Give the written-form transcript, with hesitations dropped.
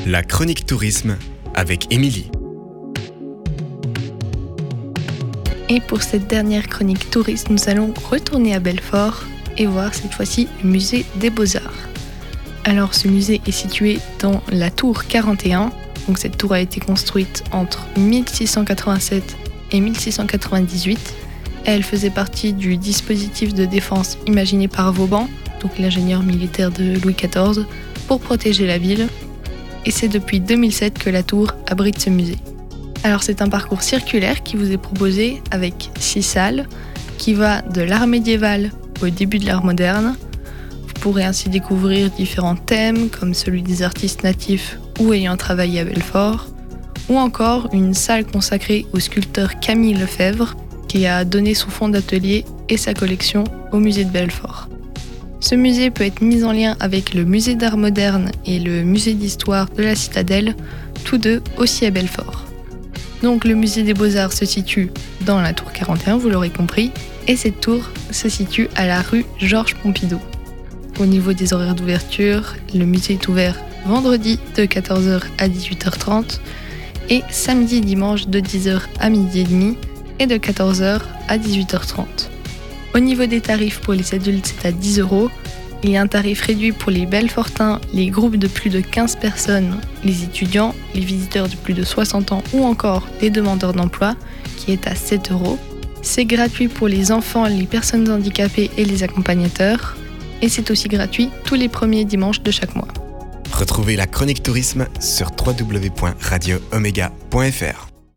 La chronique tourisme avec Émilie. Et pour cette dernière chronique touriste, nous allons retourner à Belfort et voir cette fois-ci le musée des Beaux-Arts. Alors ce musée est situé dans la tour 41, donc cette tour a été construite entre 1687 et 1698. Elle faisait partie du dispositif de défense imaginé par Vauban, donc l'ingénieur militaire de Louis XIV, pour protéger la ville. Et c'est depuis 2007 que la tour abrite ce musée. Alors c'est un parcours circulaire qui vous est proposé avec 6 salles, qui va de l'art médiéval au début de l'art moderne. Vous pourrez ainsi découvrir différents thèmes comme celui des artistes natifs ou ayant travaillé à Belfort, ou encore une salle consacrée au sculpteur Camille Lefebvre qui a donné son fonds d'atelier et sa collection au musée de Belfort. Ce musée peut être mis en lien avec le musée d'art moderne et le musée d'histoire de la Citadelle, tous deux aussi à Belfort. Donc le musée des Beaux-Arts se situe dans la tour 41, vous l'aurez compris, et cette tour se situe à la rue Georges Pompidou. Au niveau des horaires d'ouverture, le musée est ouvert vendredi de 14h à 18h30 et samedi et dimanche de 10h à midi et demi et de 14h à 18h30. Au niveau des tarifs pour les adultes, c'est à 10 €. Il y a un tarif réduit pour les Belfortins, les groupes de plus de 15 personnes, les étudiants, les visiteurs de plus de 60 ans ou encore les demandeurs d'emploi, qui est à 7 €. C'est gratuit pour les enfants, les personnes handicapées et les accompagnateurs. Et c'est aussi gratuit tous les premiers dimanches de chaque mois. Retrouvez la chronique tourisme sur www.radioomega.fr.